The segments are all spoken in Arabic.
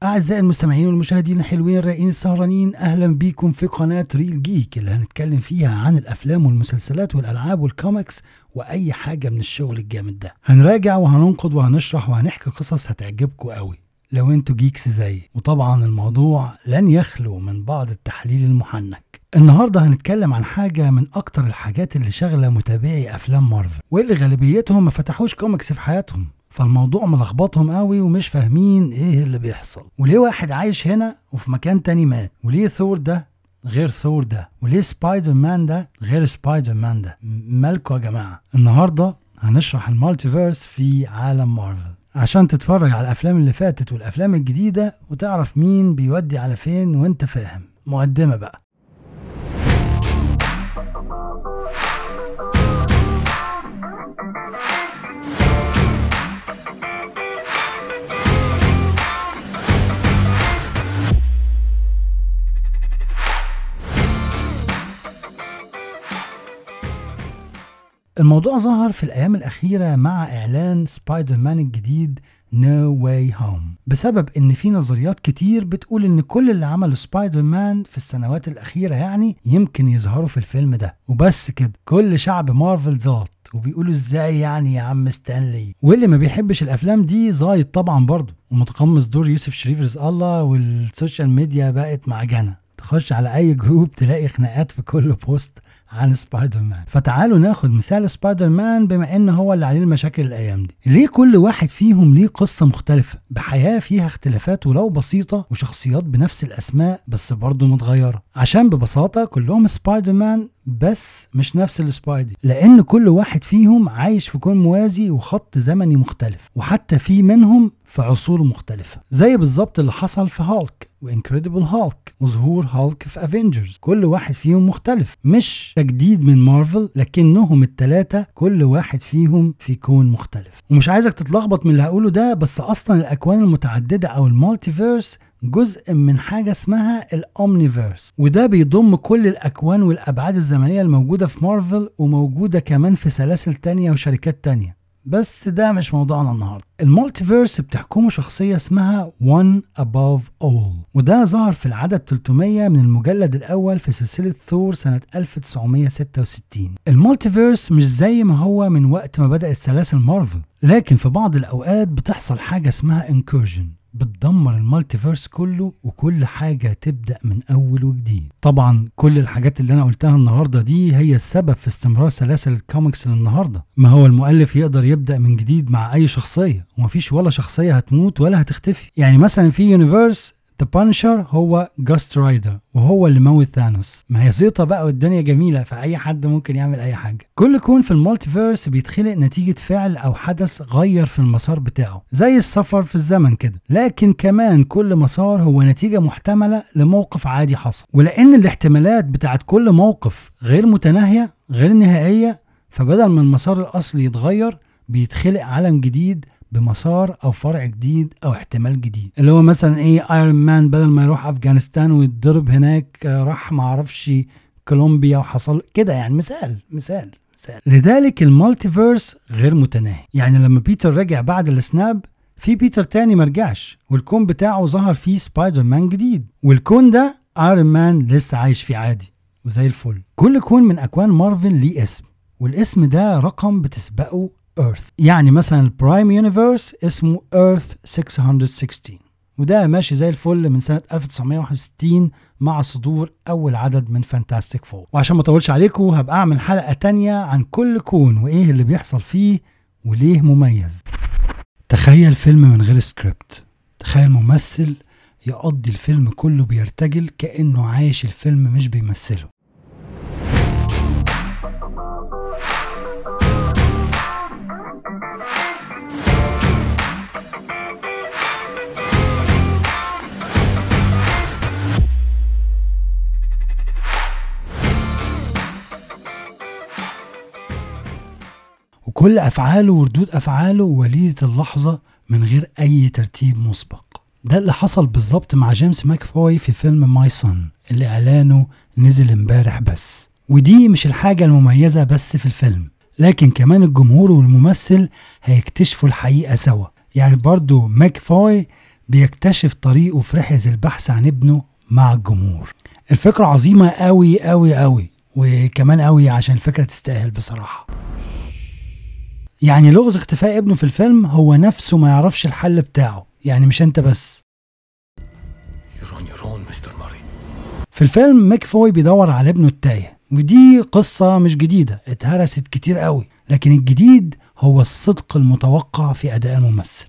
أعزائي المستمعين والمشاهدين الحلوين الرائعين السهرانين، أهلا بيكم في قناة ريل جيك اللي هنتكلم فيها عن الأفلام والمسلسلات والألعاب والكوميكس وأي حاجة من الشغل الجامد ده. هنراجع وهننقد وهنشرح وهنحكي قصص هتعجبكم قوي لو انتوا جيكس زي. وطبعا الموضوع لن يخلو من بعض التحليل المحنك. النهاردة هنتكلم عن حاجة من أكتر الحاجات اللي شغلة متابعي أفلام مارفل، واللي غالبيتهم ما فتحوش كوميكس في حياتهم، فالموضوع ملخبطهم قوي ومش فاهمين ايه اللي بيحصل، وليه واحد عايش هنا وفي مكان تاني مات، وليه ثور ده غير ثور ده، وليه سبايدر مان ده غير سبايدر مان ده. مالكوا يا جماعة؟ النهاردة هنشرح المالتيفيرس في عالم مارفل عشان تتفرج على الأفلام اللي فاتت والأفلام الجديدة وتعرف مين بيودي على فين وانت فاهم. مقدمة بقى. الموضوع ظهر في الأيام الأخيرة مع إعلان سبايدر مان الجديد No Way Home، بسبب إن في نظريات كتير بتقول إن كل اللي عمله سبايدر مان في السنوات الأخيرة يعني يمكن يظهروا في الفيلم ده. وبس كده، كل شعب مارفل زاط وبيقولوا إزاي يعني يا عم ستانلي، واللي ما بيحبش الأفلام دي زايد طبعا برضه، ومتقمص دور يوسف شريف رزق الله. والسوشيال ميديا بقت معجنة، تخش على أي جروب تلاقي خناقات في كل بوست عن سبايدر مان. فتعالوا ناخد مثال سبايدر مان بما ان هو اللي عليه المشاكل الايام دي. ليه كل واحد فيهم ليه قصة مختلفة بحياة فيها اختلافات ولو بسيطة، وشخصيات بنفس الاسماء بس برضو متغيرة؟ عشان ببساطة كلهم سبايدر مان بس مش نفس السبايدي، لان كل واحد فيهم عايش في كون موازي وخط زمني مختلف، وحتى في منهم في عصور مختلفة، زي بالظبط اللي حصل في هالك وإنكريديبل هالك وظهور هالك في افنجرز. كل واحد فيهم مختلف، مش تجديد من مارفل، لكنهم الثلاثة كل واحد فيهم في كون مختلف. ومش عايزك تتلخبط من اللي هقوله ده، بس اصلا الاكوان المتعددة او المالتيفيرس جزء من حاجة اسمها الأومنيفيرس، وده بيضم كل الأكوان والأبعاد الزمنية الموجودة في مارفل وموجودة كمان في سلاسل تانية وشركات تانية، بس ده مش موضوعنا النهاردة. المالتيفيرس بتحكمه شخصية اسمها One Above All، وده ظهر في العدد 300 من المجلد الأول في سلسلة ثور سنة 1966. المالتيفيرس مش زي ما هو من وقت ما بدأت سلاسل مارفل، لكن في بعض الأوقات بتحصل حاجة اسمها انكيرجن بتدمر المالتيفيرس كله، وكل حاجة تبدأ من أول وجديد. طبعا كل الحاجات اللي أنا قلتها النهاردة دي هي السبب في استمرار سلاسل الكوميكس للنهاردة. ما هو المؤلف يقدر يبدأ من جديد مع أي شخصية، ومفيش ولا شخصية هتموت ولا هتختفي. يعني مثلا في يونيفيرس The Punisher هو جاست رايدر، وهو اللي موت ثانوس. ما هي زيطة بقى والدنيا جميلة، فأي حد ممكن يعمل أي حاجة. كل كون في المالتيفيرس بيتخلق نتيجة فعل أو حدث غير في المسار بتاعه، زي السفر في الزمن كده، لكن كمان كل مسار هو نتيجة محتملة لموقف عادي حصل. ولأن الاحتمالات بتاعت كل موقف غير متناهية غير نهائية، فبدل ما المسار الأصلي يتغير بيتخلق عالم جديد بمسار او فرع جديد او احتمال جديد. اللي هو مثلا ايه، ايرون مان بدل ما يروح افغانستان ويتضرب هناك راح معرفش كولومبيا وحصل كده. يعني مثال. لذلك المالتيفيرس غير متناهي. يعني لما بيتر رجع بعد السناب، في بيتر تاني مرجعش، والكون بتاعه ظهر فيه سبايدر مان جديد، والكون ده ايرون مان لسه عايش فيه عادي وزي الفل. كل كون من اكوان مارفل ليه اسم، والاسم ده رقم بتسبقه Earth. يعني مثلا البرايم يونيفرس اسمه Earth 616، وده ماشي زي الفل من سنة 1961 مع صدور أول عدد من فانتاستيك فور. وعشان ما اطولش عليكم هبقى أعمل حلقة تانية عن كل كون وإيه اللي بيحصل فيه وليه مميز. تخيل فيلم من غير سكريبت، تخيل ممثل يقضي الفيلم كله بيرتجل كأنه عايش الفيلم مش بيمثله. وكل أفعاله وردود أفعاله وليدة اللحظة من غير أي ترتيب مسبق. ده اللي حصل بالظبط مع جيمس ماكفوي في فيلم ماي سون اللي إعلانه نزل امبارح بس. ودي مش الحاجة المميزة بس في الفيلم، لكن كمان الجمهور والممثل هيكتشفوا الحقيقة سوا. يعني برضو ماكفوي بيكتشف طريقه في رحلة البحث عن ابنه مع الجمهور. الفكرة عظيمة قوي قوي قوي، وكمان قوي عشان الفكرة تستاهل بصراحة. يعني لغز اختفاء ابنه في الفيلم هو نفسه ما يعرفش الحل بتاعه، يعني مش انت بس. في الفيلم ميك فوي بيدور على ابنه التايه، ودي قصة مش جديدة، اتهرست كتير قوي، لكن الجديد هو الصدق المتوقع في أداء الممثل،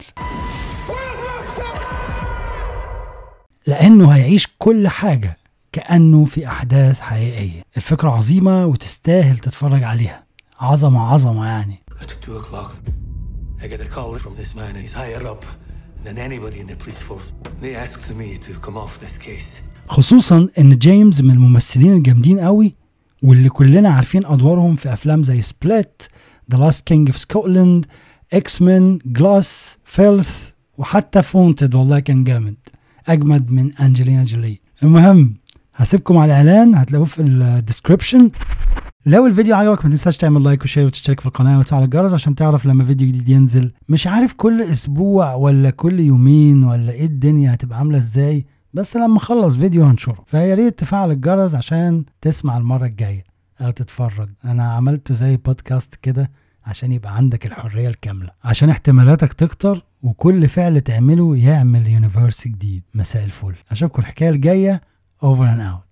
لأنه هيعيش كل حاجة كأنه في أحداث حقيقية. الفكرة عظيمة وتستاهل تتفرج عليها، عظمة يعني. At 2 o'clock, I get a call from this man. He's higher up than anybody in the police force. They asked me to come off this case. خصوصا ان جيمس من الممثلين الجامدين قوي، واللي كلنا عارفين ادوارهم في افلام زي سبليت، The Last King of Scotland، X-Men، Glass، Filth، وحتى فونتد. والله كان جامد، اجمد من أنجلينا جولي. المهم هسيبكم على الاعلان، هتلاقوه في الديسكريبشن. لو الفيديو عجبك ما تنساش تعمل لايك وشير وتشترك في القناة وتفعل الجرس عشان تعرف لما فيديو جديد ينزل. مش عارف كل اسبوع ولا كل يومين ولا ايه الدنيا هتبقى عاملة ازاي، بس لما اخلص فيديو هنشره، فيا ريت تفعل الجرس عشان تسمع المرة الجاية او تتفرج. انا عملته زي بودكاست كده عشان يبقى عندك الحرية الكاملة، عشان احتمالاتك تكتر وكل فعل تعمله يعمل يونيفرس جديد. مساء الفل، اشوفكم الحكاية الجاية. over and out.